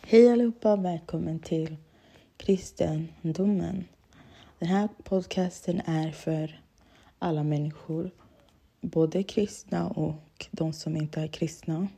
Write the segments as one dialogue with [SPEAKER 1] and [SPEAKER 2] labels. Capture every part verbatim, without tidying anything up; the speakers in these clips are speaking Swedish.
[SPEAKER 1] Hej allihopa, välkommen till kristendomen. Den här podcasten är för alla människor, både kristna och de som inte är kristna.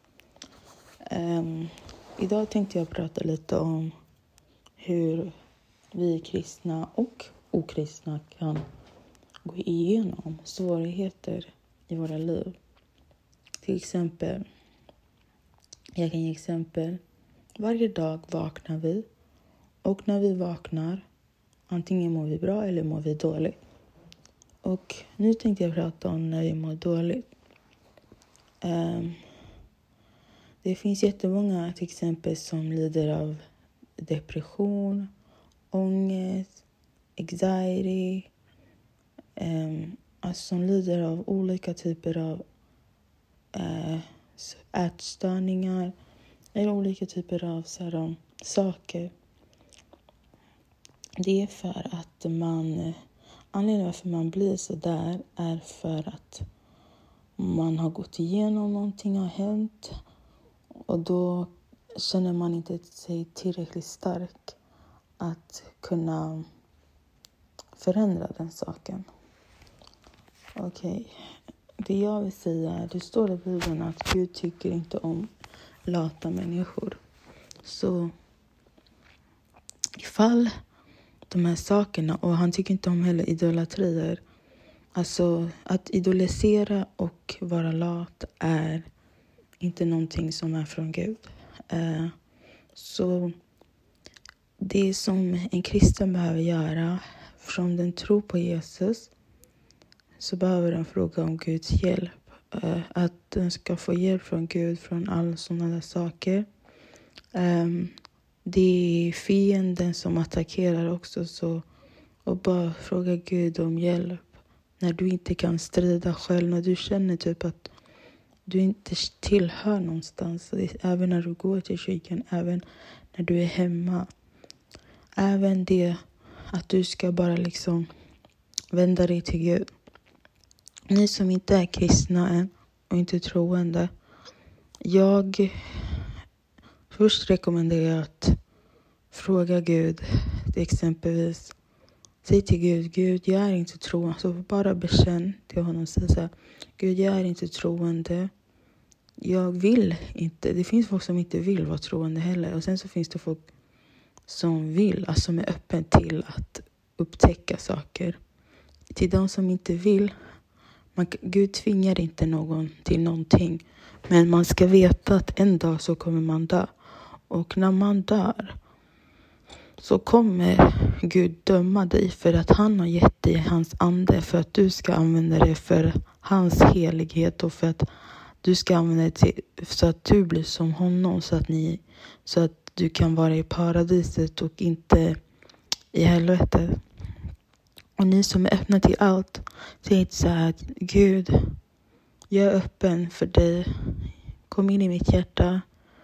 [SPEAKER 1] Um, idag tänkte jag prata lite om hur vi kristna och okristna kan gå igenom svårigheter i våra liv. Till exempel, jag kan ge exempel. Varje dag vaknar vi och när vi vaknar, antingen mår vi bra eller mår vi dåligt. Och nu tänkte jag prata om när vi mår dåligt. Um, det finns jättemånga till exempel som lider av depression, ångest, anxiety. Um, alltså som lider av olika typer av uh, ätstörningar. Eller olika typer av så här, um, saker. Det är för att man... Anledningen varför man blir så där är för att man har gått igenom någonting har hänt. Och då känner man inte sig tillräckligt stark att kunna förändra den saken. Okej. Okay. Det jag vill säga är, det står i Bibeln att Gud tycker inte om lata människor. Så ifall de här sakerna, och han tycker inte om heller idolatrier. Alltså att idolisera och vara lat är inte någonting som är från Gud. Uh, så det som en kristen behöver göra, från den tror på Jesus, så behöver den fråga om Guds hjälp. Uh, att den ska få hjälp från Gud från alla sådana där saker. Um, det är fienden som attackerar också. Så, och bara fråga Gud om hjälp. När du inte kan strida själv. När du känner typ att du inte tillhör någonstans. Även när du går till kyrkan. Även när du är hemma. Även det att du ska bara liksom vända dig till Gud. Ni som inte är kristna än och inte troende. Jag först rekommenderar att fråga Gud. Exempelvis. Säg till Gud. Gud, jag är inte troende. Så bara bekänn till honom. Säg så här. Gud, jag är inte troende. Jag vill inte. Det finns folk som inte vill vara troende heller. Och sen så finns det folk som vill. Alltså som är öppen till att upptäcka saker. Till de som inte vill. Man, Gud tvingar inte någon till någonting. Men man ska veta att en dag så kommer man dö. Och när man dör så kommer Gud döma dig. För att han har gett dig hans ande. För att du ska använda det för hans helighet. Och för att du ska använda det till, så att du blir som honom. Så att, ni, så att du kan vara i paradiset och inte i helvetet. Och ni som är öppna till allt, säg så här: Gud, jag är öppen för dig. Kom in i mitt hjärta.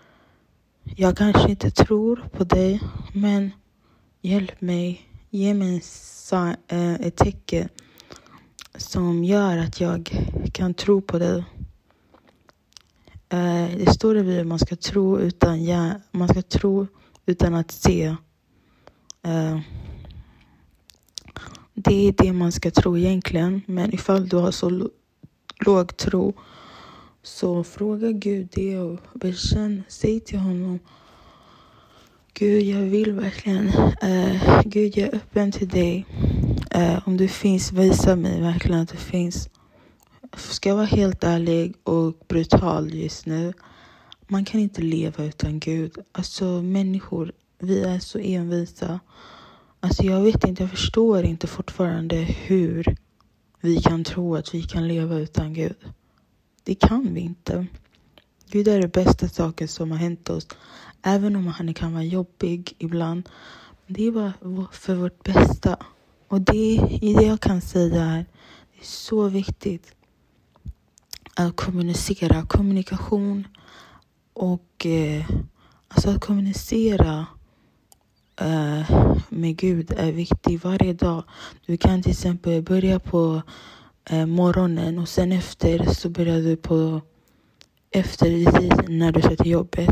[SPEAKER 1] Jag kanske inte tror på dig, men hjälp mig. Ge mig ett tecken som gör att jag kan tro på dig. Det står i Bibeln att man ska tro utan, ja, man ska tro utan att se. Det är det man ska tro egentligen. Men ifall du har så låg tro, så fråga Gud det och bekänn. Säg till honom: Gud, jag vill verkligen. Uh, Gud, jag är öppen till dig. Uh, om du finns, visa mig verkligen att du finns. Ska jag vara helt ärlig och brutal just nu. Man kan inte leva utan Gud. Alltså människor, vi är så envisa. Alltså jag vet inte, jag förstår inte fortfarande hur vi kan tro att vi kan leva utan Gud. Det kan vi inte. Gud är det bästa saken som har hänt oss. Även om han kan vara jobbig ibland. Det är bara för vårt bästa. Och det är det jag kan säga är. Det är så viktigt att kommunicera. Kommunikation. Och eh, alltså att kommunicera uh, med Gud är viktigt varje dag. Du kan till exempel börja på uh, morgonen. Och sen efter så börjar du på efter när du ska till jobbet.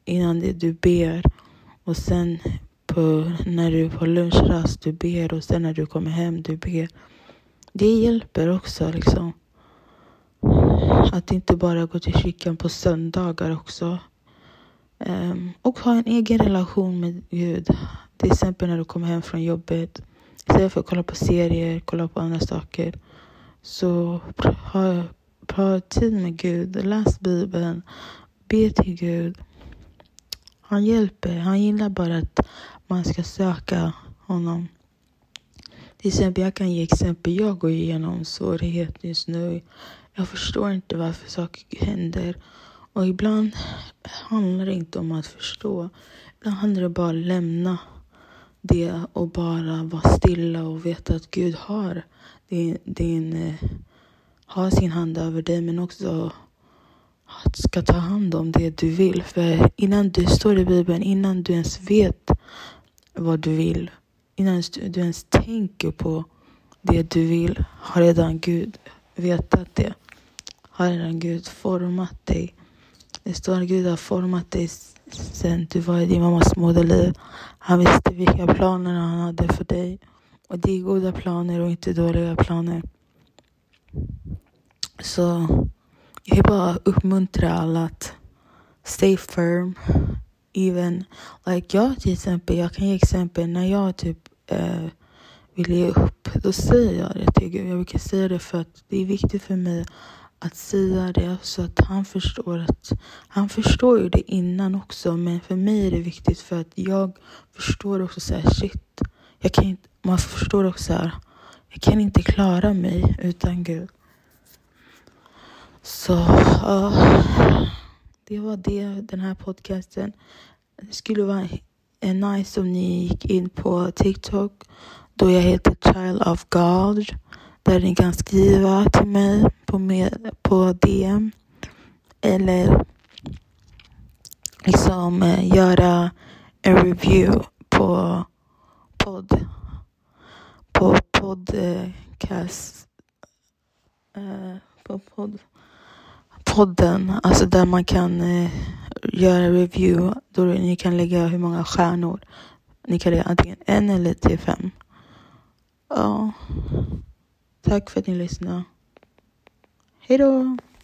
[SPEAKER 1] innan det du ber. Och sen på, när du på lunchrast du ber. Och sen när du kommer hem du ber. Det hjälper också liksom. Att inte bara gå till kyrkan på söndagar också. Um, och ha en egen relation med Gud. Till exempel när du kommer hem från jobbet. Istället för att kolla på serier, kolla på andra saker. Så ha, ha tid med Gud. Läs Bibeln. Be till Gud. Han hjälper. Han gillar bara att man ska söka honom. Till exempel, jag kan ge exempel. Jag går igenom svårigheter just nu. Jag förstår inte varför saker händer. Och ibland handlar det inte om att förstå. Ibland handlar det bara om att lämna det och bara vara stilla och veta att Gud har din, din, har sin hand över dig, men också att ska ta hand om det du vill. För innan du står i Bibeln, innan du ens vet vad du vill, innan du ens tänker på det du vill, har redan Gud vetat det. Har redan Gud format dig. Det står att Gud har format dig sen du var i din mammas moderliv. Han visste vilka planer han hade för dig. Och det är goda planer och inte dåliga planer. Så jag vill bara uppmuntra alla att stay firm. Even, like jag till exempel, jag kan ge exempel när jag typ uh, vill ge upp. Då säger jag det till Gud. Jag brukar säga det för att det är viktigt för mig att säga det så att han förstår att han förstår ju det innan också, men för mig är det viktigt för att jag förstår också så här, shit, jag kan inte, man förstår också så här, jag kan inte klara mig utan Gud. Så ja, det var det, den här podcasten. Det skulle vara en nice om ni gick in på TikTok då jag heter Child of God. Där ni kan skriva till mig på, med, på D M. Eller liksom eh, göra en review på podd. På podcast. Eh, på podd. Podden. Alltså där man kan eh, göra review. Då ni kan lägga hur många stjärnor. Ni kan lägga antingen en eller till fem. Ja. Tack för att ni lyssnade. Hej då!